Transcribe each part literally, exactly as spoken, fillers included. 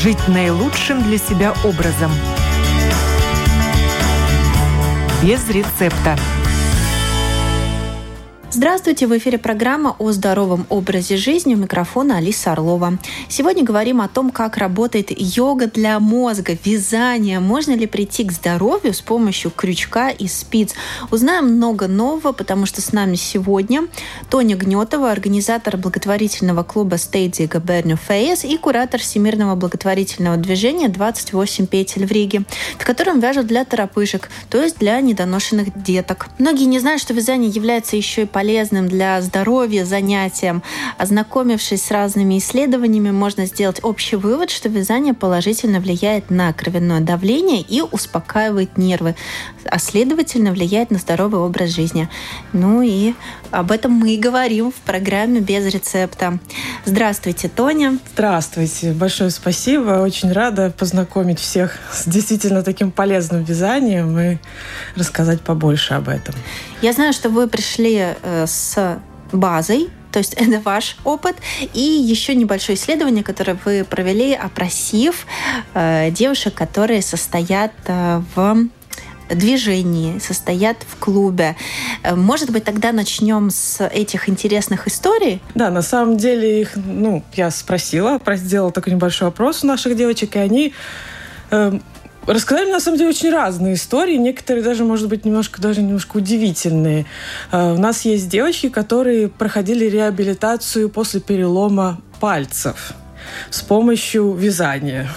жить наилучшим для себя образом. Без рецепта. Здравствуйте! В эфире программа о здоровом образе жизни. У микрофона Алиса Орлова. Сегодня говорим о том, как работает йога для мозга, вязание. Можно ли прийти к здоровью с помощью крючка и спиц? Узнаем много нового, потому что с нами сегодня Тоня Гнетова, организатор благотворительного клуба «Стейдзига Берню Фейес» и куратор всемирного благотворительного движения «двадцать восемь петель» в Риге, в котором вяжут для торопышек, то есть для недоношенных деток. Многие не знают, что вязание является еще и полезным полезным для здоровья занятием. Ознакомившись с разными исследованиями, можно сделать общий вывод, что вязание положительно влияет на кровяное давление и успокаивает нервы, а следовательно влияет на здоровый образ жизни. Ну и об этом мы и говорим в программе «Без рецепта». Здравствуйте, Тоня. Здравствуйте. Большое спасибо. Очень рада познакомить всех с действительно таким полезным вязанием и рассказать побольше об этом. Я знаю, что вы пришли с базой, то есть это ваш опыт, и еще небольшое исследование, которое вы провели, опросив э, девушек, которые состоят э, в движении, состоят в клубе. Может быть, тогда начнем с этих интересных историй? Да, на самом деле их, ну, я спросила, сделала такой небольшой опрос у наших девочек, и они э, рассказали, на самом деле, очень разные истории. Некоторые даже, может быть, немножко, даже немножко удивительные. Э, у нас есть девочки, которые проходили реабилитацию после перелома пальцев с помощью вязания.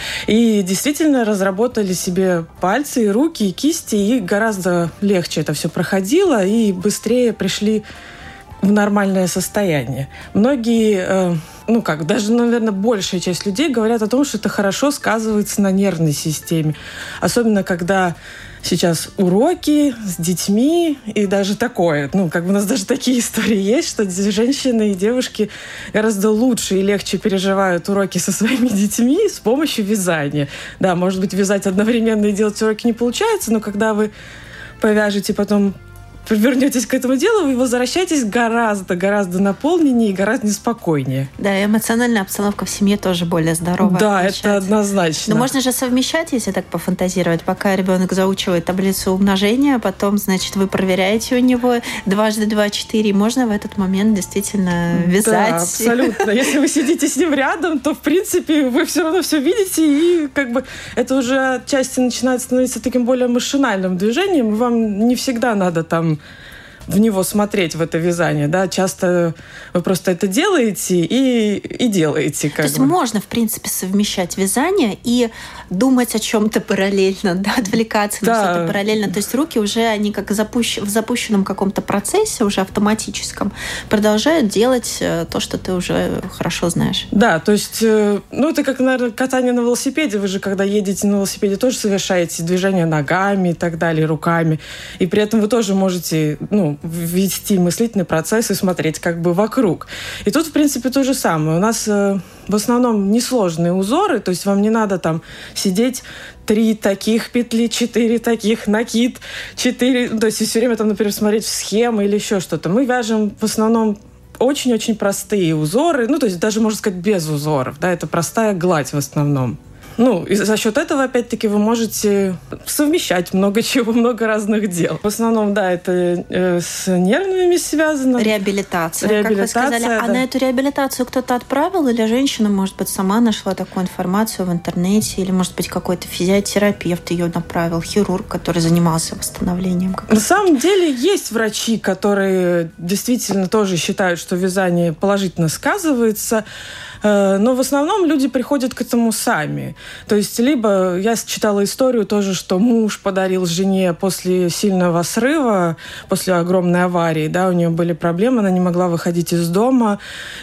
И действительно разработали себе пальцы, и руки, и кисти, и гораздо легче это все проходило, и быстрее пришли в нормальное состояние. Многие, ну как, даже, наверное, большая часть людей говорят о том, что это хорошо сказывается на нервной системе. Особенно, когда сейчас уроки с детьми и даже такое. Ну, как бы у нас даже такие истории есть, что женщины и девушки гораздо лучше и легче переживают уроки со своими детьми с помощью вязания. Да, может быть, вязать одновременно и делать уроки не получается, но когда вы повяжете потом, вернетесь к этому делу, вы возвращаетесь гораздо-гораздо наполненнее и гораздо спокойнее. Да, и эмоциональная обстановка в семье тоже более здоровая. Да, получается. Это однозначно. Но можно же совмещать, если так пофантазировать, пока ребенок заучивает таблицу умножения, потом, значит, вы проверяете у него дважды два четыре, можно в этот момент действительно вязать. Да, абсолютно. Если вы сидите с ним рядом, то, в принципе, вы все равно все видите, и как бы это уже отчасти начинает становиться таким более машинальным движением, и вам не всегда надо там в него смотреть, в это вязание, да, часто вы просто это делаете и, и делаете. Как То есть бы. Можно, в принципе, совмещать вязание и думать о чем-то параллельно, да, отвлекаться да. на что-то параллельно. То есть руки уже, они как запущ... в запущенном каком-то процессе, уже автоматическом, продолжают делать то, что ты уже хорошо знаешь. Да, то есть, ну, это как, наверное, катание на велосипеде. Вы же, когда едете на велосипеде, тоже совершаете движения ногами и так далее, руками. И при этом вы тоже можете, ну, вести мыслительный процесс и смотреть как бы вокруг. И тут, в принципе, то же самое. У нас э, в основном несложные узоры, то есть вам не надо там сидеть три таких петли, четыре таких, накид, четыре, то есть все время там, например, смотреть в схемы или еще что-то. Мы вяжем в основном очень-очень простые узоры, ну, то есть даже, можно сказать, без узоров, да, это простая гладь в основном. Ну, и за счет этого, опять-таки, вы можете совмещать много чего, много разных дел. В основном, да, это э, с нервными связано. Реабилитация, Реабилитация, как вы сказали. да. А на эту реабилитацию кто-то отправил? Или женщина, может быть, сама нашла такую информацию в интернете? Или, может быть, какой-то физиотерапевт ее направил, хирург, который занимался восстановлением? На самом деле есть врачи, которые действительно тоже считают, что вязание положительно сказывается. Но в основном люди приходят к этому сами. То есть, либо я читала историю тоже, что муж подарил жене после сильного срыва, после огромной аварии, да, у нее были проблемы, она не могла выходить из дома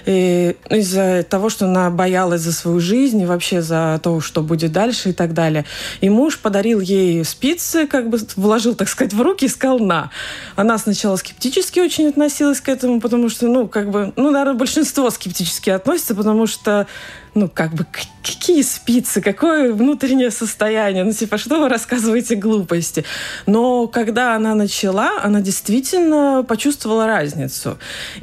и из-за того, что она боялась за свою жизнь и вообще за то, что будет дальше и так далее. И муж подарил ей спицы, как бы вложил, так сказать, в руки и сказал «на». Она сначала скептически очень относилась к этому, потому что, ну, как бы, ну, наверное, большинство скептически относится, потому что что, ну, как бы, какие спицы, какое внутреннее состояние, ну, типа, что вы рассказываете глупости. Но когда она начала, она действительно почувствовала разницу.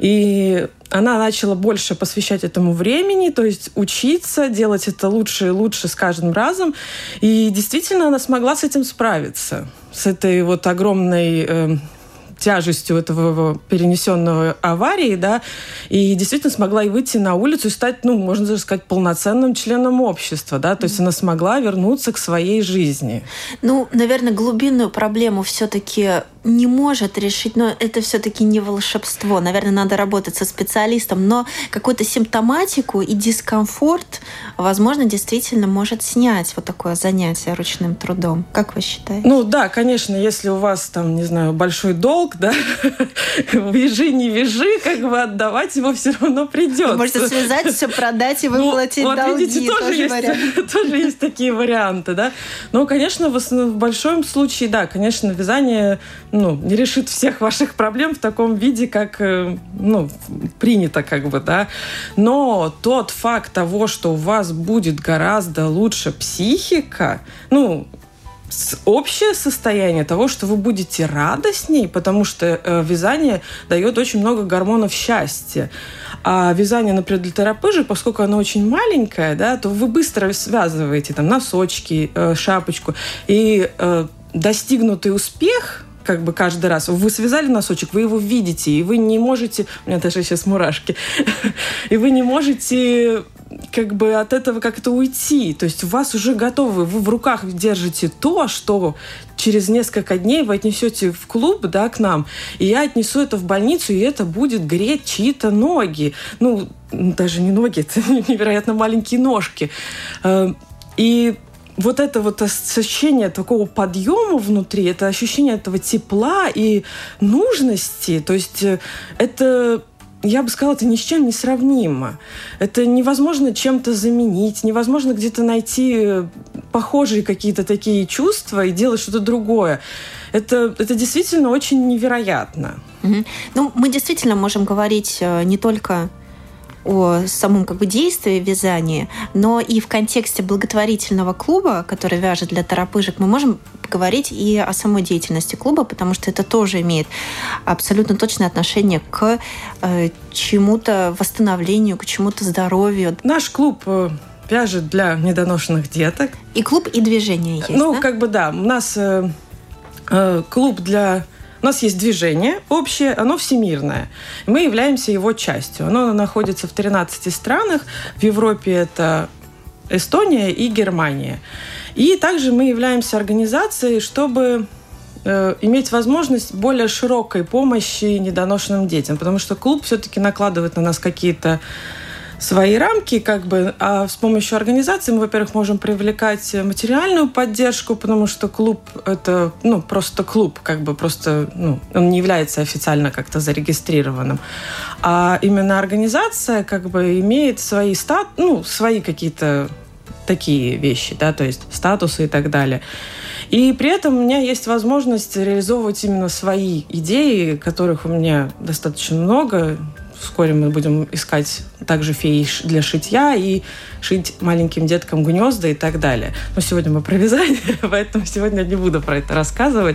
И она начала больше посвящать этому времени, то есть учиться, делать это лучше и лучше с каждым разом. И действительно она смогла с этим справиться, с этой вот огромной э, тяжестью этого перенесенного аварии, да, и действительно смогла и выйти на улицу и стать, ну, можно даже сказать, полноценным членом общества, да, то есть она смогла вернуться к своей жизни. Ну, наверное, глубинную проблему все-таки не может решить, но это все-таки не волшебство. Наверное, надо работать со специалистом, но какую-то симптоматику и дискомфорт, возможно, действительно может снять вот такое занятие ручным трудом. Как вы считаете? Ну да, конечно, если у вас там, не знаю, большой долг, да, вяжи, не вяжи, как бы отдавать его все равно придется. Можете связать, все продать и выплатить ну, вот, долги. Видите, тоже, тоже, есть, тоже есть такие варианты, да. Но, конечно, в, в большом случае, да, конечно, вязание, ну, не решит всех ваших проблем в таком виде, как, ну, принято, как бы, да. Но тот факт того, что у вас будет гораздо лучше психика, ну, общее состояние того, что вы будете радостней, потому что э, вязание дает очень много гормонов счастья. А вязание, например, для торопыжек, поскольку оно очень маленькое, да, то вы быстро связываете там носочки, э, шапочку. И э, достигнутый успех, как бы каждый раз. Вы связали носочек, вы его видите, и вы не можете... У меня даже сейчас мурашки. И вы не можете как бы от этого как-то уйти. То есть у вас уже готовы, вы в руках держите то, что через несколько дней вы отнесете в клуб, да, к нам, и я отнесу это в больницу, и это будет греть чьи-то ноги. Ну, даже не ноги, это невероятно маленькие ножки. И вот это вот ощущение такого подъема внутри, это ощущение этого тепла и нужности, то есть это, я бы сказала, это ни с чем не сравнимо. Это невозможно чем-то заменить, невозможно где-то найти похожие какие-то такие чувства и делать что-то другое. Это, это действительно очень невероятно. Угу. Ну, мы действительно можем говорить не только о самом как бы действии вязания, но и в контексте благотворительного клуба, который вяжет для торопыжек, мы можем говорить и о самой деятельности клуба, потому что это тоже имеет абсолютно точное отношение к э, чему-то восстановлению, к чему-то здоровью. Наш клуб вяжет для недоношенных деток. И клуб, и движение есть, Ну, да? как бы да. У нас э, э, клуб для... У нас есть движение общее, оно всемирное. Мы являемся его частью. Оно находится в тринадцати странах. В Европе это Эстония и Германия. И также мы являемся организацией, чтобы э, иметь возможность более широкой помощи недоношенным детям. Потому что клуб все-таки накладывает на нас какие-то свои рамки, как бы, а с помощью организации мы, во-первых, можем привлекать материальную поддержку, потому что клуб – это, ну, просто клуб, как бы, просто, ну, он не является официально как-то зарегистрированным. А именно организация, как бы, имеет свои стат, ну, свои какие-то такие вещи, да, то есть статусы и так далее. И при этом у меня есть возможность реализовывать именно свои идеи, которых у меня достаточно много. Вскоре мы будем искать также феи для шитья и шить маленьким деткам гнезда и так далее. Но сегодня мы про вязание, поэтому сегодня не буду про это рассказывать.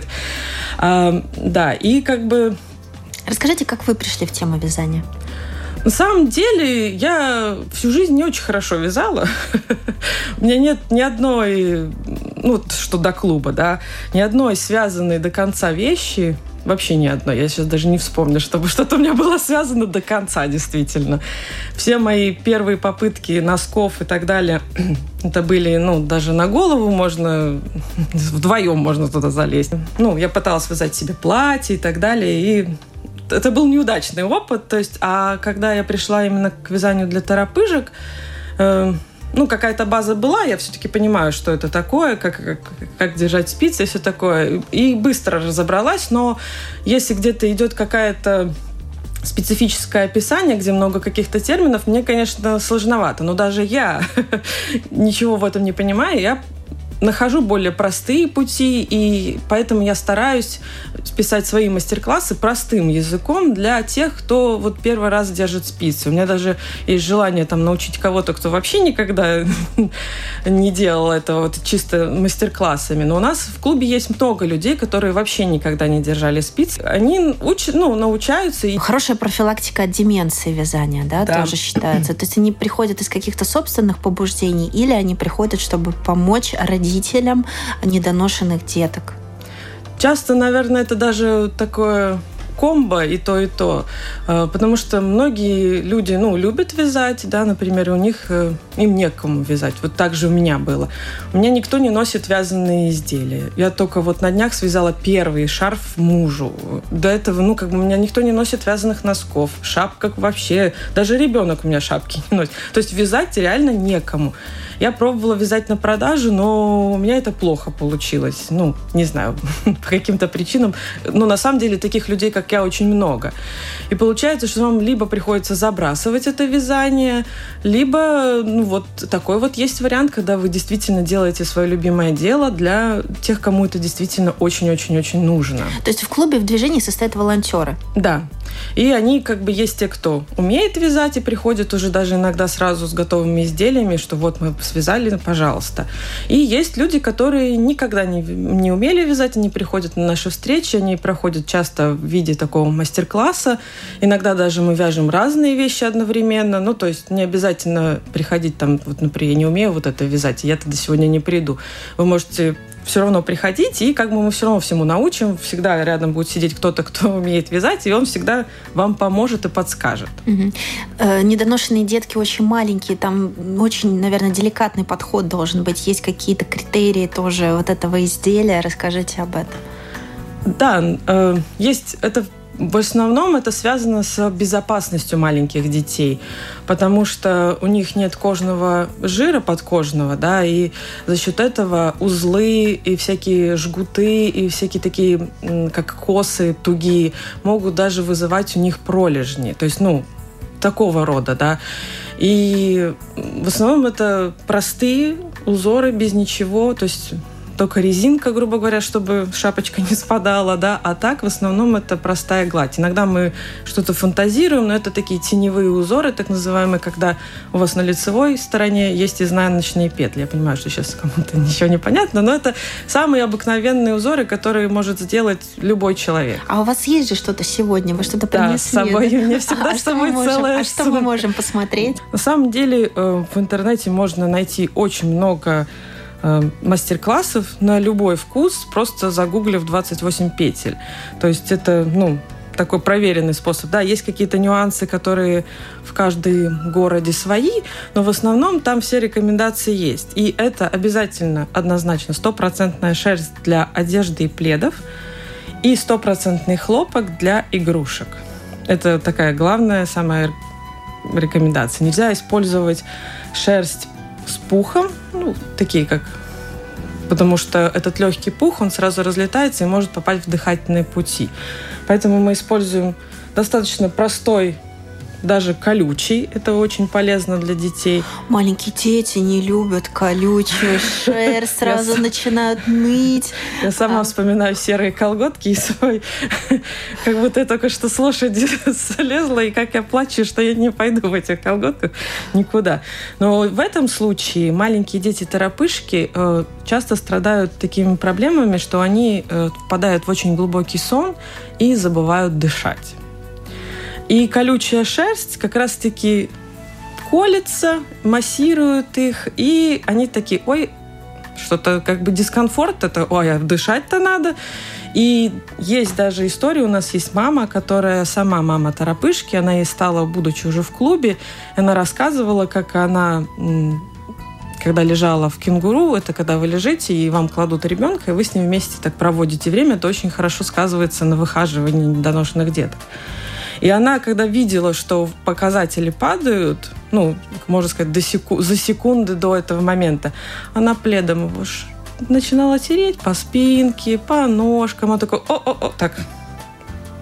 А, да, и как бы... Расскажите, как вы пришли в тему вязания? На самом деле, я всю жизнь не очень хорошо вязала. У меня нет ни одной, ну, что до клуба, да, ни одной связанной до конца вещи. Вообще ни одной. Я сейчас даже не вспомню, чтобы что-то у меня было связано до конца, действительно. Все мои первые попытки носков и так далее, это были, ну, даже на голову можно, вдвоем можно туда залезть. Ну, я пыталась вязать себе платье и так далее, и это был неудачный опыт. То есть, а когда я пришла именно к вязанию для торопыжек, э, ну, какая-то база была, я все-таки понимаю, что это такое, как, как, как держать спицы и все такое. И быстро разобралась, но если где-то идет какая-то специфическое описание, где много каких-то терминов, мне, конечно, сложновато. Но даже я ничего в этом не понимаю, я нахожу более простые пути, и поэтому я стараюсь писать свои мастер-классы простым языком для тех, кто вот первый раз держит спицы. У меня даже есть желание там научить кого-то, кто вообще никогда не делал этого вот чисто мастер-классами. Но у нас в клубе есть много людей, которые вообще никогда не держали спиц. Они учат, ну, научаются. И... Хорошая профилактика от деменции вязания, да, да, тоже считается. То есть они приходят из каких-то собственных побуждений или они приходят, чтобы помочь родителям недоношенных деток? Часто, наверное, это даже такое комбо и то, и то. Потому что многие люди, ну, любят вязать, да, например, у них им некому вязать. Вот так же у меня было. У меня никто не носит вязаные изделия. Я только вот на днях связала первый шарф мужу. До этого, ну, как бы у меня никто не носит вязаных носков. Шапках вообще. Даже ребенок у меня шапки не носит. То есть вязать реально некому. Я пробовала вязать на продажу, но у меня это плохо получилось. Ну, не знаю, по каким-то причинам. Но на самом деле таких людей, как я, очень много. И получается, что вам либо приходится забрасывать это вязание, либо, ну, вот такой вот есть вариант, когда вы действительно делаете свое любимое дело для тех, кому это действительно очень-очень-очень нужно. То есть в клубе в движении состоят волонтеры? Да. И они как бы есть те, кто умеет вязать и приходят уже даже иногда сразу с готовыми изделиями, что вот мы связали, пожалуйста. И есть люди, которые никогда не, не умели вязать, они приходят на наши встречи, они проходят часто в виде такого мастер-класса. Иногда даже мы вяжем разные вещи одновременно. Ну, то есть не обязательно приходить там, вот, например, я не умею вот это вязать, я тогда сегодня не приду. Вы можете все равно приходить, и как бы мы все равно всему научим. Всегда рядом будет сидеть кто-то, кто умеет вязать, и он всегда вам поможет и подскажет. Угу. Э, недоношенные детки очень маленькие, там очень, наверное, деликатный подход должен быть. Есть какие-то критерии тоже вот этого изделия. Расскажите об этом. Да, э, есть это. В основном это связано с безопасностью маленьких детей, потому что у них нет кожного жира подкожного, да, и за счет этого узлы и всякие жгуты и всякие такие, как косы тугие, могут даже вызывать у них пролежни. То есть, ну, такого рода, да. И в основном это простые узоры без ничего, то есть только резинка, грубо говоря, чтобы шапочка не спадала, да, а так в основном это простая гладь. Иногда мы что-то фантазируем, но это такие теневые узоры, так называемые, когда у вас на лицевой стороне есть изнаночные петли. Я понимаю, что сейчас кому-то ничего не понятно, но это самые обыкновенные узоры, которые может сделать любой человек. А у вас есть же что-то сегодня? Вы что-то принесли? Да, с собой. У меня всегда а с собой целая А что мы можем посмотреть? На самом деле в интернете можно найти очень много мастер-классов на любой вкус, просто загуглив двадцать восемь петель. То есть это, ну, такой проверенный способ. Да, есть какие-то нюансы, которые в каждом городе свои, но в основном там все рекомендации есть. И это обязательно, однозначно, стопроцентная шерсть для одежды и пледов и стопроцентный хлопок для игрушек. Это такая главная, самая рекомендация. Нельзя использовать шерсть с пухом, ну, такие как... Потому что этот легкий пух, он сразу разлетается и может попасть в дыхательные пути. Поэтому мы используем достаточно простой, даже колючий. Это очень полезно для детей. Маленькие дети не любят колючую шерсть, сразу начинают ныть. Я сама вспоминаю серые колготки и свой... Как будто я только что с лошади слезла, и как я плачу, что я не пойду в этих колготках никуда. Но в этом случае маленькие дети-торопышки часто страдают такими проблемами, что они впадают в очень глубокий сон и забывают дышать. И колючая шерсть как раз-таки колется, массирует их, и они такие, ой, что-то как бы дискомфорт, это, ой, а дышать-то надо. И есть даже история, у нас есть мама, которая сама мама торопышки, она ей стала, будучи уже в клубе, она рассказывала, как она... когда лежала в кенгуру, это когда вы лежите, и вам кладут ребенка, и вы с ним вместе так проводите время, это очень хорошо сказывается на выхаживании недоношенных деток. И она, когда видела, что показатели падают, ну, можно сказать, до секу- за секунды до этого момента, она пледом его начинала тереть по спинке, по ножкам. Она такой, о-о-о, так,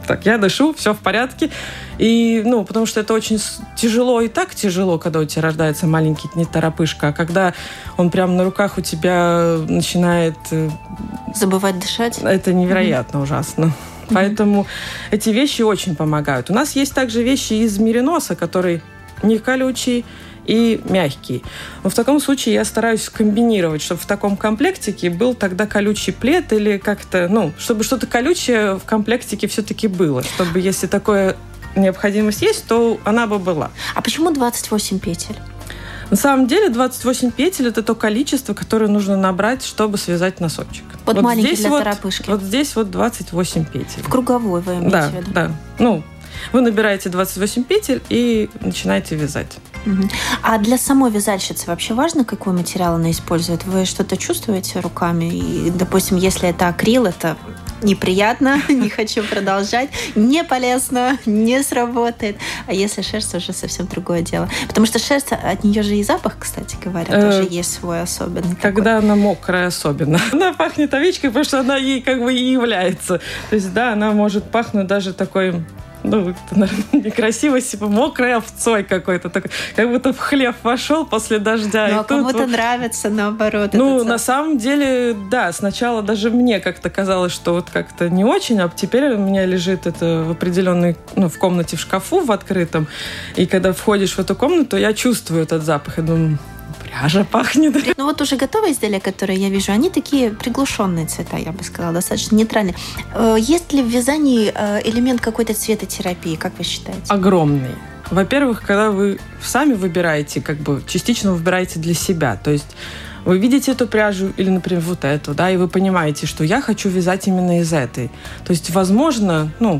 Так, я дышу, все в порядке. И, ну, потому что это очень тяжело и так тяжело, когда у тебя рождается маленький неторопышка, а когда он прямо на руках у тебя начинает... Забывать дышать? Это невероятно mm-hmm. ужасно. Mm-hmm. Поэтому эти вещи очень помогают. У нас есть также вещи из мериноса, которые не колючие и мягкий. Но в таком случае я стараюсь комбинировать, чтобы в таком комплектике был тогда колючий плед или как-то, ну, чтобы что-то колючее в комплектике все-таки было, чтобы если такая необходимость есть, то она бы была. А почему двадцать восемь петель? На самом деле двадцать восемь петель – это то количество, которое нужно набрать, чтобы связать носочек. Вот, вот маленький для вот, торопышки. Вот здесь вот двадцать восемь петель. В круговой вы имеете да, в виду? Да, ну, вы набираете двадцать восемь петель и начинаете вязать. Угу. А для самой вязальщицы вообще важно, какой материал она использует? Вы что-то чувствуете руками? И, допустим, если это акрил, это неприятно, не хочу продолжать, не полезно, не сработает. А если шерсть, уже совсем другое дело. Потому что шерсть, от нее же и запах, кстати говоря, тоже есть свой особенный. Когда она мокрая особенно. Она пахнет овечкой, потому что она ей как бы и является. То есть, да, она может пахнуть даже такой... Ну, это, наверное, некрасиво, типа мокрой овцой какой-то, такой, как будто в хлев вошел после дождя. Ну, а кому-то вот... нравится, наоборот. Ну, на самом деле, да, сначала даже мне как-то казалось, что вот как-то не очень, а теперь у меня лежит это в определенной, ну, в комнате в шкафу, в открытом, и когда входишь в эту комнату, я чувствую этот запах, и думаю... Пряжа пахнет. Ну вот уже готовые изделия, которые я вижу, они такие приглушенные цвета, я бы сказала, достаточно нейтральные. Есть ли в вязании элемент какой-то цветотерапии, как вы считаете? Огромный. Во-первых, когда вы сами выбираете, как бы частично выбираете для себя, то есть вы видите эту пряжу или, например, вот эту, да, и вы понимаете, что я хочу вязать именно из этой. То есть, возможно, ну,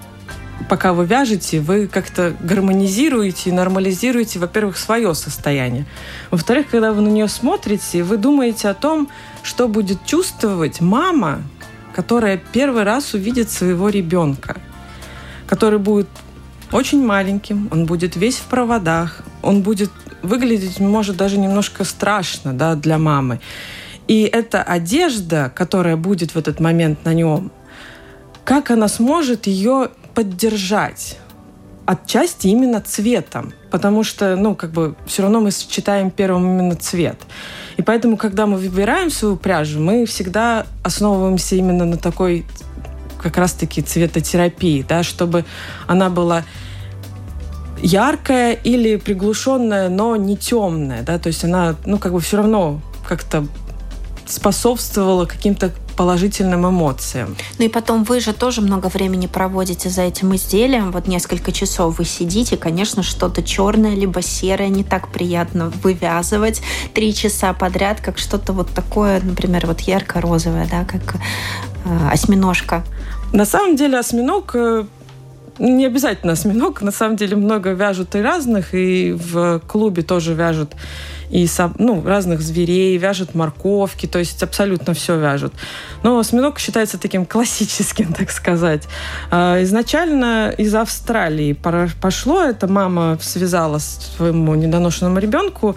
пока вы вяжете, вы как-то гармонизируете и нормализируете, во-первых, свое состояние. Во-вторых, когда вы на нее смотрите, вы думаете о том, что будет чувствовать мама, которая первый раз увидит своего ребенка, который будет очень маленьким, он будет весь в проводах, он будет выглядеть, может, даже немножко страшно, да, для мамы. И эта одежда, которая будет в этот момент на нем, как она сможет ее поддержать? Отчасти именно цветом, потому что, ну, как бы все равно мы сочетаем первым именно цвет. И поэтому, когда мы выбираем свою пряжу, мы всегда основываемся именно на такой как раз-таки цветотерапии, да, чтобы она была яркая или приглушенная, но не темная, да, то есть она, ну, как бы все равно как-то способствовала каким-то положительным эмоциям. Ну и потом вы же тоже много времени проводите за этим изделием. Вот несколько часов вы сидите, конечно, что-то черное либо серое не так приятно вывязывать три часа подряд, как что-то вот такое, например, вот ярко-розовое, да, как э, осьминожка. На самом деле осьминог... Не обязательно осьминог. На самом деле много вяжут и разных, и в клубе тоже вяжут и, ну, разных зверей, вяжут морковки, то есть абсолютно все вяжут. Но осьминог считается таким классическим, так сказать. Изначально из Австралии пошло это. Мама связала своему недоношенному ребенку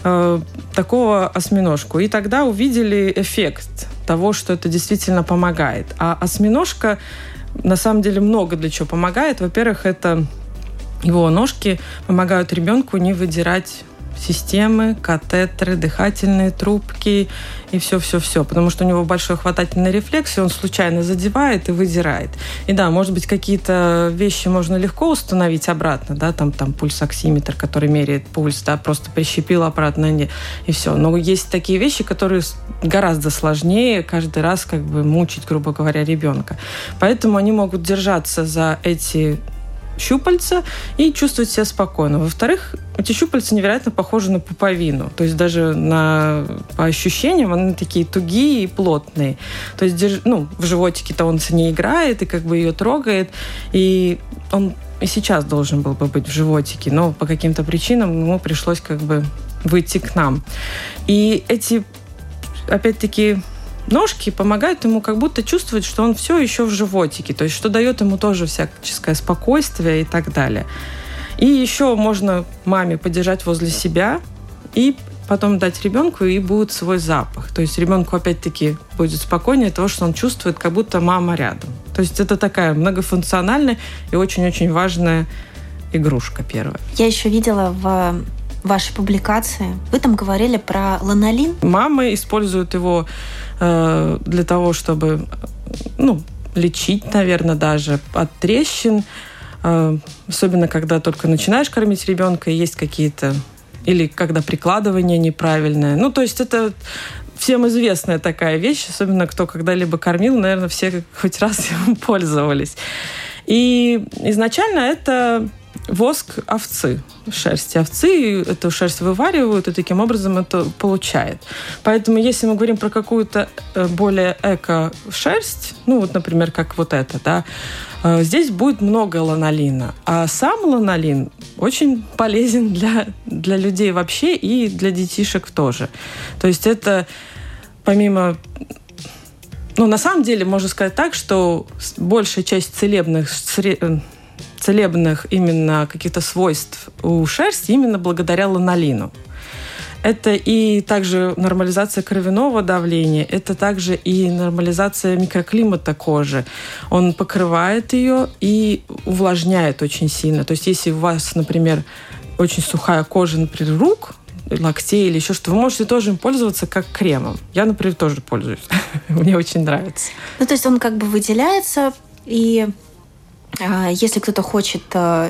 такого осьминожку. И тогда увидели эффект того, что это действительно помогает. А осьминожка на самом деле много для чего помогает. Во-первых, это его ножки помогают ребенку не выдирать системы, катетеры, дыхательные трубки и все-все-все. Потому что у него большой хватательный рефлекс, и он случайно задевает и выдирает. И да, может быть, какие-то вещи можно легко установить обратно, да, там, там пульсоксиметр, который меряет пульс, да, просто прищепил обратно, и все. Но есть такие вещи, которые гораздо сложнее каждый раз как бы мучить, грубо говоря, ребенка. Поэтому они могут держаться за эти щупальца и чувствовать себя спокойно. Во-вторых, эти щупальца невероятно похожи на пуповину. То есть даже на, по ощущениям они такие тугие и плотные. То есть, ну, в животике-то он с ней играет и как бы ее трогает. И он и сейчас должен был бы быть в животике, но по каким-то причинам ему пришлось как бы выйти к нам. И эти, опять-таки, ножки помогают ему как будто чувствовать, что он все еще в животике, то есть что дает ему тоже всяческое спокойствие и так далее. И еще можно маме подержать возле себя и потом дать ребенку, и будет свой запах. То есть ребенку, опять-таки, будет спокойнее от того, что он чувствует, как будто мама рядом. То есть это такая многофункциональная и очень-очень важная игрушка первая. Я еще видела в вашей публикации, вы там говорили про ланолин. Мамы используют его э, для того, чтобы ну, лечить, наверное, даже от трещин. Э, особенно, когда только начинаешь кормить ребенка, и есть какие-то... Или когда прикладывание неправильное. Ну, то есть это всем известная такая вещь, особенно кто когда-либо кормил, наверное, все хоть раз им пользовались. И изначально это воск овцы, шерсти овцы, эту шерсть вываривают, и таким образом это получает. Поэтому если мы говорим про какую-то более эко-шерсть, ну вот, например, как вот это, да, здесь будет много ланолина. А сам ланолин очень полезен для, для людей вообще и для детишек тоже. То есть это помимо... Ну, на самом деле, можно сказать так, что большая часть целебных... целебных именно каких-то свойств у шерсти именно благодаря ланолину. Это и также нормализация кровяного давления, это также и нормализация микроклимата кожи. Он покрывает ее и увлажняет очень сильно. То есть если у вас, например, очень сухая кожа, например, рук, локтей или еще что, вы можете тоже им пользоваться как кремом. Я, например, тоже пользуюсь. Мне очень нравится. Ну, то есть он как бы выделяется, и если кто-то хочет,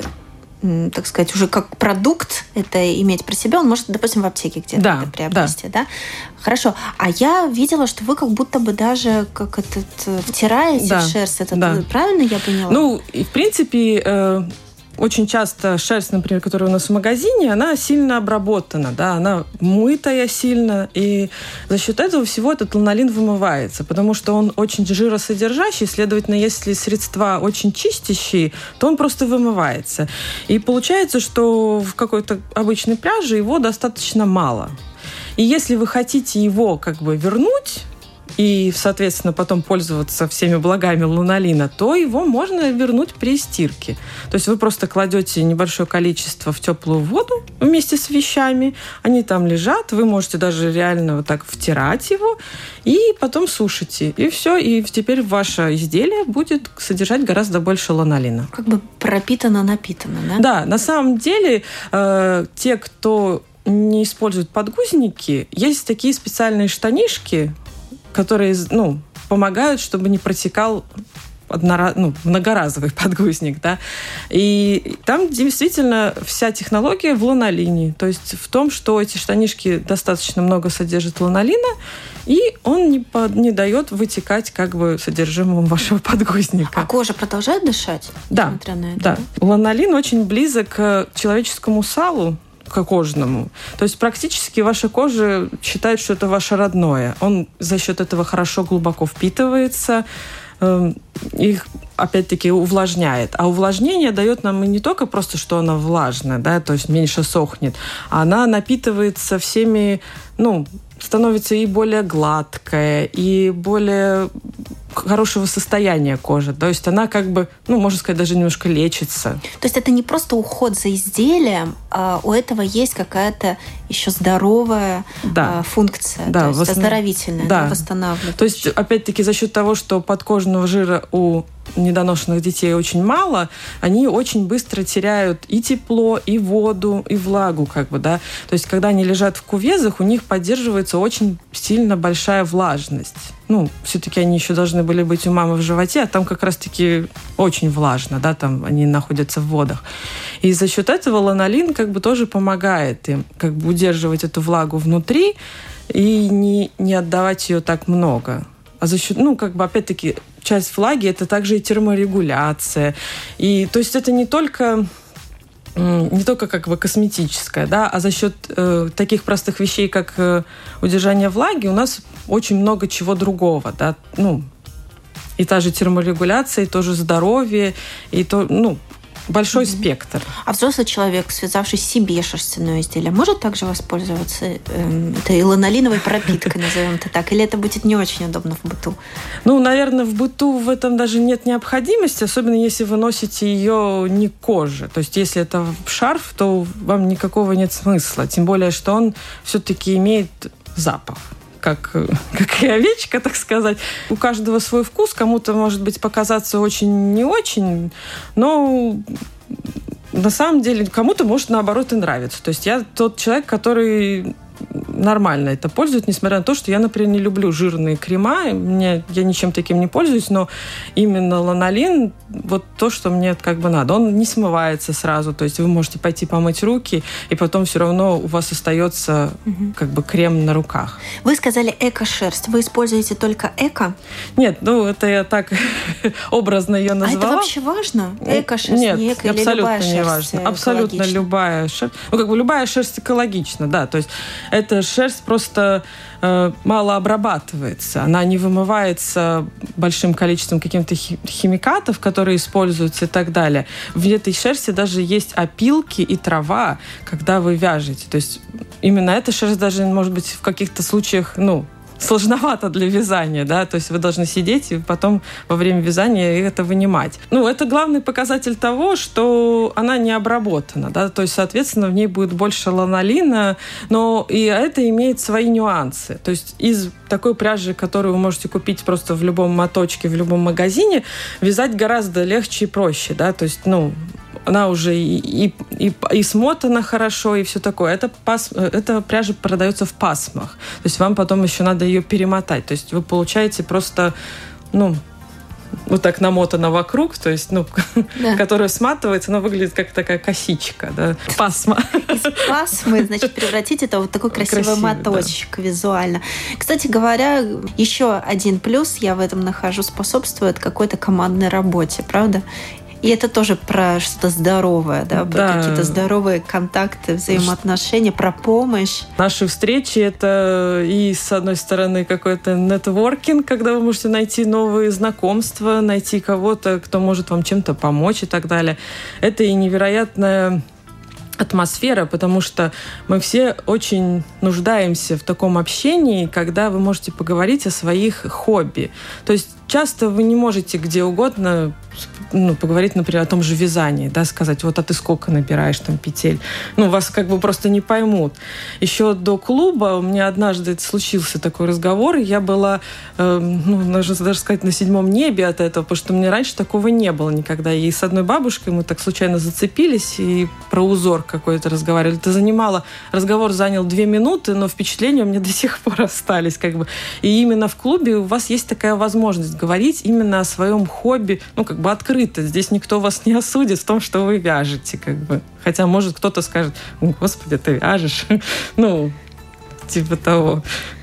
так сказать, уже как продукт это иметь при себе, он может, допустим, в аптеке где-то да, это приобрести, да. да? Хорошо. А я видела, что вы как будто бы даже как этот втираете да, в шерсть. Это да. правильно я поняла? Ну, и в принципе... Э- Очень часто шерсть, например, которая у нас в магазине, она сильно обработана, да, она мытая сильно, и за счет этого всего этот ланолин вымывается, потому что он очень жиросодержащий, следовательно, если средства очень чистящие, то он просто вымывается. И получается, что в какой-то обычной пряже его достаточно мало. И если вы хотите его как бы вернуть, и, соответственно, потом пользоваться всеми благами ланолина, то его можно вернуть при стирке. То есть вы просто кладете небольшое количество в теплую воду вместе с вещами, они там лежат, вы можете даже реально вот так втирать его, и потом сушите. И все, и теперь ваше изделие будет содержать гораздо больше ланолина. Как бы пропитано-напитано, да? Да, на самом деле э, те, кто не использует подгузники, есть такие специальные штанишки, которые, ну, помогают, чтобы не протекал однораз... ну, многоразовый подгузник, да. И там действительно вся технология в ланолине. То есть в том, что эти штанишки достаточно много содержат ланолина, и он не, по... не дает вытекать как бы содержимому вашего подгузника. А кожа продолжает дышать? Да, несмотря на это, да. да. Ланолин очень близок к человеческому салу, к кожному. То есть практически ваша кожа считает, что это ваше родное. Он за счет этого хорошо глубоко впитывается, э, их опять-таки увлажняет. А увлажнение дает нам и не только просто, что она влажная, да, то есть меньше сохнет, а она напитывается всеми, ну, становится и более гладкая, и более хорошего состояния кожи. То есть она как бы, ну, можно сказать, даже немножко лечится. То есть это не просто уход за изделием, а у этого есть какая-то еще здоровая да. функция, да, то есть восстанов... оздоровительная, да. Да, восстанавливающая. То есть, опять-таки, за счет того, что подкожного жира у недоношенных детей очень мало, они очень быстро теряют и тепло, и воду, и влагу, как бы, да. То есть, когда они лежат в кувезах, у них поддерживается очень сильно большая влажность. Ну, все-таки они еще должны были быть у мамы в животе, а там как раз-таки очень влажно, да, там они находятся в водах. И за счет этого ланолин как бы тоже помогает им как бы удерживать эту влагу внутри и не, не отдавать ее так много. А за счет, ну, как бы, опять-таки, часть влаги – это также и терморегуляция. И, то есть это не только... не только как бы косметическое, да, а за счет э, таких простых вещей, как э, удержание влаги, у нас очень много чего другого, да, ну, и та же терморегуляция, и тоже здоровье, и то, ну, большой mm-hmm. спектр. А взрослый человек, связавший себе шерстяное изделие, может также воспользоваться э, этой ланолиновой пропиткой, назовем это так? Или это будет не очень удобно в быту? Ну, наверное, в быту в этом даже нет необходимости, особенно если вы носите ее не к коже. То есть, если это шарф, то вам никакого нет смысла. Тем более, что он все-таки имеет запах. Как, как и овечка, так сказать. У каждого свой вкус. Кому-то, может быть, показаться очень не очень, но на самом деле кому-то, может, наоборот, и нравится. То есть я тот человек, который нормально это пользует, несмотря на то, что я, например, не люблю жирные крема. Мне, я ничем таким не пользуюсь, но именно ланолин вот то, что мне как бы надо. Он не смывается сразу, то есть вы можете пойти помыть руки, и потом все равно у вас остается угу. как бы крем на руках. Вы сказали эко-шерсть. Вы используете только эко? Нет, ну это я так образно ее назвала. А это вообще важно? Эко-шерсть, Нет, не эко, или абсолютно любая не шерсть важно. Абсолютно любая шерсть. Ну, как бы любая шерсть экологична, да. То есть эта шерсть просто э, мало обрабатывается. Она не вымывается большим количеством каких-то химикатов, которые используются и так далее. В этой шерсти даже есть опилки и трава, когда вы вяжете. То есть именно эта шерсть даже, может быть, в каких-то случаях, ну, сложновато для вязания, да, то есть вы должны сидеть и потом во время вязания это вынимать. Ну, это главный показатель того, что она не обработана, да, то есть, соответственно, в ней будет больше ланолина, но и это имеет свои нюансы. То есть из такой пряжи, которую вы можете купить просто в любом моточке, в любом магазине, вязать гораздо легче и проще, да, то есть, ну, она уже и, и, и, и смотана хорошо, и все такое. Это пас, эта пряжа продается в пасмах. То есть вам потом еще надо ее перемотать. То есть вы получаете просто, ну, вот так намотана вокруг, то есть, ну, да. которая сматывается, она выглядит как такая косичка, да, пасма. Из пасмы, значит, превратить это в вот такой красивый Красивый, моточек да. визуально. Кстати говоря, еще один плюс я в этом нахожу, способствует какой-то командной работе, правда? И это тоже про что-то здоровое, да, про да. какие-то здоровые контакты, взаимоотношения, про помощь. Наши встречи — это и, с одной стороны, какой-то нетворкинг, когда вы можете найти новые знакомства, найти кого-то, кто может вам чем-то помочь и так далее. Это и невероятная атмосфера, потому что мы все очень нуждаемся в таком общении, когда вы можете поговорить о своих хобби. То есть часто вы не можете где угодно, ну, поговорить, например, о том же вязании, да, сказать, вот, а ты сколько набираешь там петель? Ну, вас как бы просто не поймут. Еще до клуба у меня однажды случился такой разговор, и я была, э, ну, нужно даже сказать, на седьмом небе от этого, потому что мне раньше такого не было никогда. И с одной бабушкой мы так случайно зацепились и про узор какой-то разговаривали. Это занимало, разговор занял две минуты, но впечатления у меня до сих пор остались, как бы. И именно в клубе у вас есть такая возможность говорить именно о своем хобби, ну, как бы открыто. Здесь никто вас не осудит в том, что вы вяжете, как бы. Хотя, может, кто-то скажет, господи, ты вяжешь. Ну, типа того.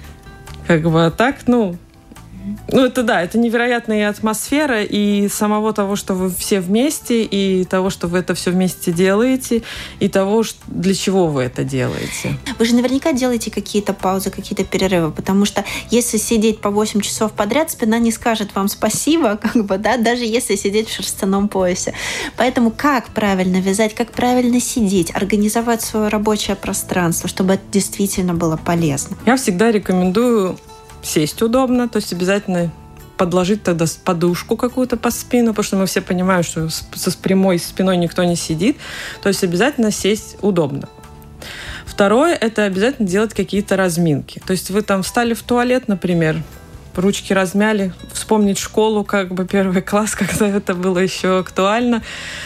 Как бы, а так, ну... Ну, это да, это невероятная атмосфера и самого того, что вы все вместе, и того, что вы это все вместе делаете, и того, для чего вы это делаете. Вы же наверняка делаете какие-то паузы, какие-то перерывы, потому что если сидеть по восемь часов подряд, спина не скажет вам спасибо, как бы, да, даже если сидеть в шерстяном поясе. Поэтому как правильно вязать, как правильно сидеть, организовать свое рабочее пространство, чтобы это действительно было полезно? Я всегда рекомендую сесть удобно, то есть обязательно подложить тогда подушку какую-то под спину, потому что мы все понимаем, что со прямой спиной никто не сидит. То есть обязательно сесть удобно. Второе – это обязательно делать какие-то разминки. То есть вы там встали в туалет, например, ручки размяли, вспомнить школу, как бы первый класс, когда это было еще актуально.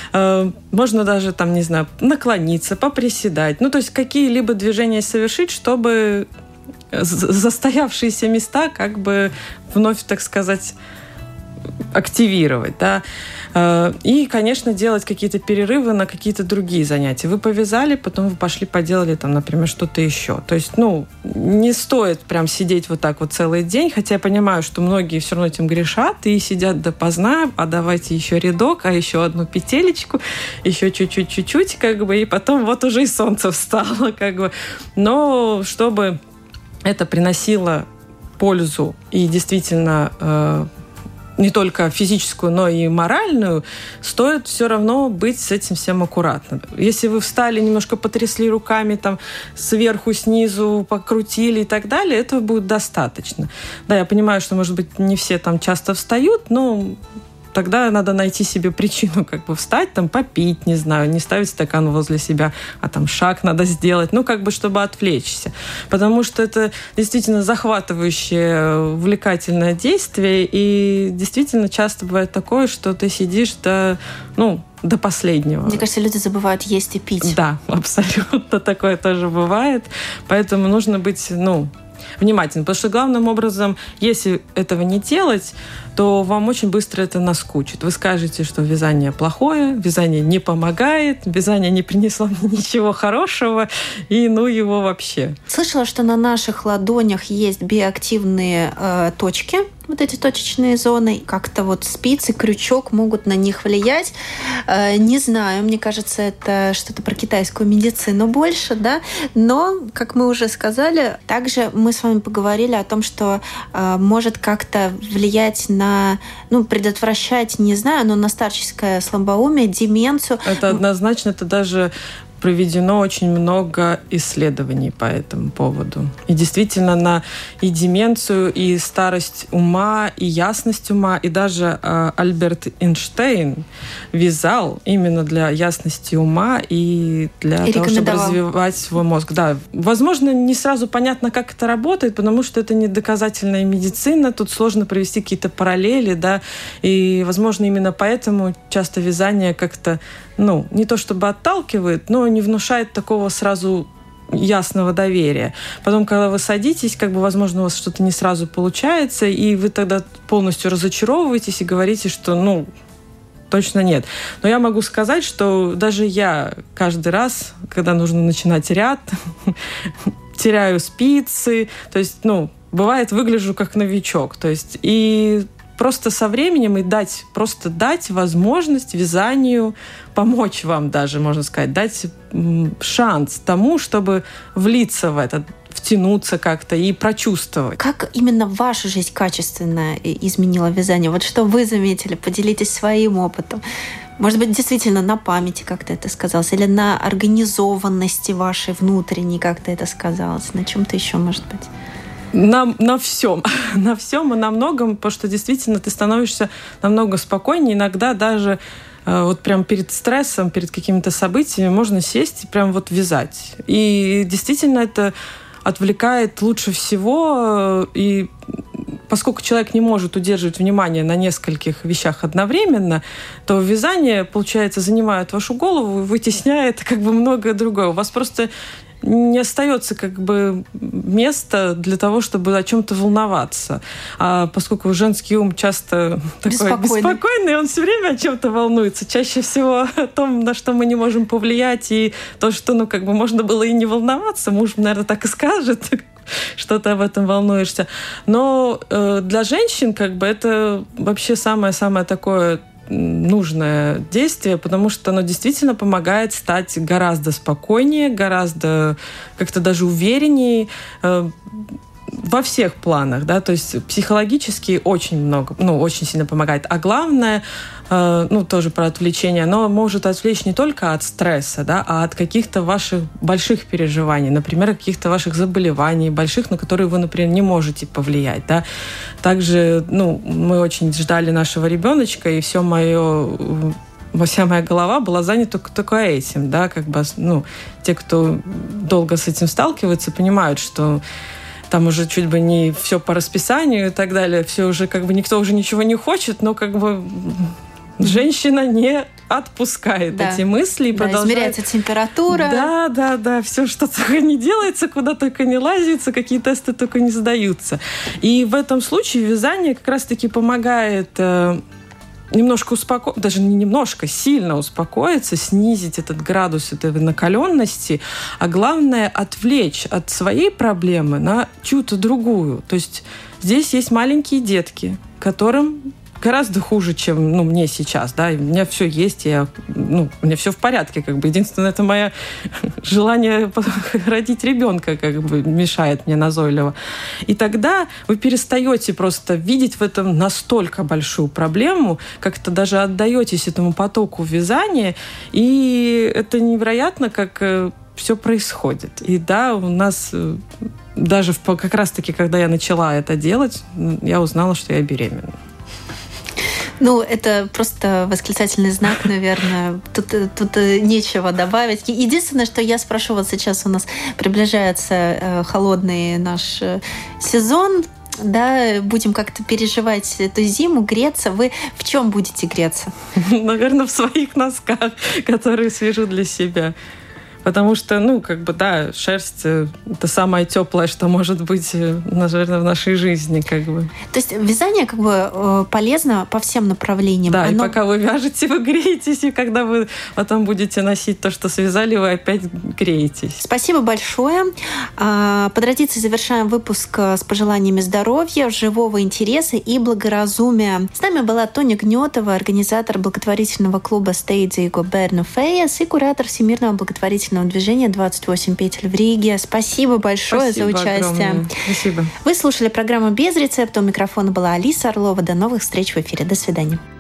Можно даже, там, не знаю, наклониться, поприседать. Ну, то есть какие-либо движения совершить, чтобы застоявшиеся места как бы вновь, так сказать, активировать, да. И, конечно, делать какие-то перерывы на какие-то другие занятия. Вы повязали, потом вы пошли поделали, там, например, что-то еще. То есть, ну, не стоит прям сидеть вот так вот целый день, хотя я понимаю, что многие все равно этим грешат и сидят допоздна, а давайте еще рядок, а еще одну петелечку, еще чуть-чуть-чуть, как бы, и потом вот уже и солнце встало, как бы. Но чтобы это приносило пользу и действительно э, не только физическую, но и моральную, стоит все равно быть с этим всем аккуратным. Если вы встали, немножко потрясли руками там сверху, снизу, покрутили и так далее, этого будет достаточно. Да, я понимаю, что, может быть, не все там часто встают, но тогда надо найти себе причину, как бы встать, там, попить, не знаю, не ставить стакан возле себя, а там шаг надо сделать, ну, как бы, чтобы отвлечься. Потому что это действительно захватывающее, увлекательное действие, и действительно часто бывает такое, что ты сидишь до, ну, до последнего. Мне кажется, люди забывают есть и пить. Да, абсолютно такое тоже бывает. Поэтому нужно быть, ну, внимательно. Потому что главным образом, если этого не делать, то вам очень быстро это наскучит. Вы скажете, что вязание плохое, вязание не помогает, вязание не принесло мне ничего хорошего, и ну его вообще. Слышала, что на наших ладонях есть биоактивные э, точки, вот эти точечные зоны. Как-то вот спицы, крючок могут на них влиять. Э, не знаю, мне кажется, это что-то про китайскую медицину больше, да. Но, как мы уже сказали, также мы с вами поговорили о том, что э, может как-то влиять на ну, предотвращать, не знаю, но на старческое слабоумие, деменцию. Это однозначно, это даже проведено очень много исследований по этому поводу. И действительно на и деменцию, и старость ума, и ясность ума, и даже э, Альберт Эйнштейн вязал именно для ясности ума и для и того, чтобы развивать свой мозг. Да. Возможно, не сразу понятно, как это работает, потому что это не доказательная медицина, тут сложно провести какие-то параллели, да, и, возможно, именно поэтому часто вязание как-то, ну, не то чтобы отталкивает, но не внушает такого сразу ясного доверия. Потом, когда вы садитесь, как бы, возможно, у вас что-то не сразу получается, и вы тогда полностью разочаровываетесь и говорите, что, ну, точно нет. Но я могу сказать, что даже я каждый раз, когда нужно начинать ряд, теряю спицы, то есть, ну, бывает, выгляжу как новичок. То есть, и просто со временем и дать, просто дать возможность вязанию помочь вам даже, можно сказать, дать шанс тому, чтобы влиться в это, втянуться как-то и прочувствовать. Как именно вашу жизнь качественно изменило вязание? Вот что вы заметили? Поделитесь своим опытом. Может быть, действительно на памяти как-то это сказалось, или на организованности вашей внутренней как-то это сказалось, на чем-то еще, может быть? На, на всем. На всем и на многом, потому что действительно ты становишься намного спокойнее. Иногда даже э, вот прям перед стрессом, перед какими-то событиями можно сесть и прям вот вязать. И действительно это отвлекает лучше всего. И поскольку человек не может удерживать внимание на нескольких вещах одновременно, то вязание, получается, занимает вашу голову и вытесняет как бы многое другое. У вас просто не остается как бы места для того, чтобы о чем-то волноваться. А поскольку женский ум часто такой беспокойный, беспокойный, он все время о чем-то волнуется. Чаще всего о том, на что мы не можем повлиять, и то, что, ну, как бы можно было и не волноваться. Муж, наверное, так и скажет, что ты об этом волнуешься. Но э, для женщин как бы это вообще самое-самое такое нужное действие, потому что оно действительно помогает стать гораздо спокойнее, гораздо как-то даже увереннее э, во всех планах, да, то есть психологически очень много, ну, очень сильно помогает. А главное, э, ну, тоже про отвлечение, оно может отвлечь не только от стресса, да, а от каких-то ваших больших переживаний, например, каких-то ваших заболеваний, больших, на которые вы, например, не можете повлиять, да. Также, ну, мы очень ждали нашего ребеночка, и все мое... Вся моя голова была занята только этим, да, как бы, ну, те, кто долго с этим сталкивается, понимают, что там уже чуть бы не все по расписанию и так далее, все уже как бы никто уже ничего не хочет, но как бы женщина не отпускает да. эти мысли и да, продолжает. Измеряется температура. Да, да, да, все, что только не делается, куда только не лазится, какие тесты только не сдаются. И в этом случае вязание как раз-таки помогает э, немножко успокоиться, даже не немножко, сильно успокоиться, снизить этот градус этой накаленности, а главное отвлечь от своей проблемы на чью-то другую. То есть здесь есть маленькие детки, которым гораздо хуже, чем, ну, мне сейчас, да, и у меня все есть, я, ну, у меня все в порядке, как бы. Единственное, это мое желание родить ребенка, как бы, мешает мне назойливо. И тогда вы перестаете просто видеть в этом настолько большую проблему, как-то даже отдаетесь этому потоку вязания, и это невероятно, как все происходит. И да, у нас даже как раз-таки, когда я начала это делать, я узнала, что я беременна. Ну, это просто восклицательный знак, наверное. Тут, тут нечего добавить. Единственное, что я спрошу, вот сейчас у нас приближается холодный наш сезон, да, будем как-то переживать эту зиму, греться. Вы в чем будете греться? Наверное, в своих носках, которые свяжу для себя. Потому что, ну, как бы, да, шерсть – это самое теплое, что может быть, наверное, в нашей жизни, как бы. То есть вязание, как бы, полезно по всем направлениям. Да, Оно... и пока вы вяжете, вы греетесь, и когда вы потом будете носить то, что связали, вы опять греетесь. Спасибо большое. По традиции завершаем выпуск с пожеланиями здоровья, живого интереса и благоразумия. С нами была Тоня Гнетова, организатор благотворительного клуба Стейдзиго Берну Фейес и куратор Всемирного благотворительного движения двадцать восемь петель в Риге. Спасибо большое Спасибо за участие. Огромное. Спасибо. Вы слушали программу «Без рецепта». У микрофона была Алиса Орлова. До новых встреч в эфире. До свидания.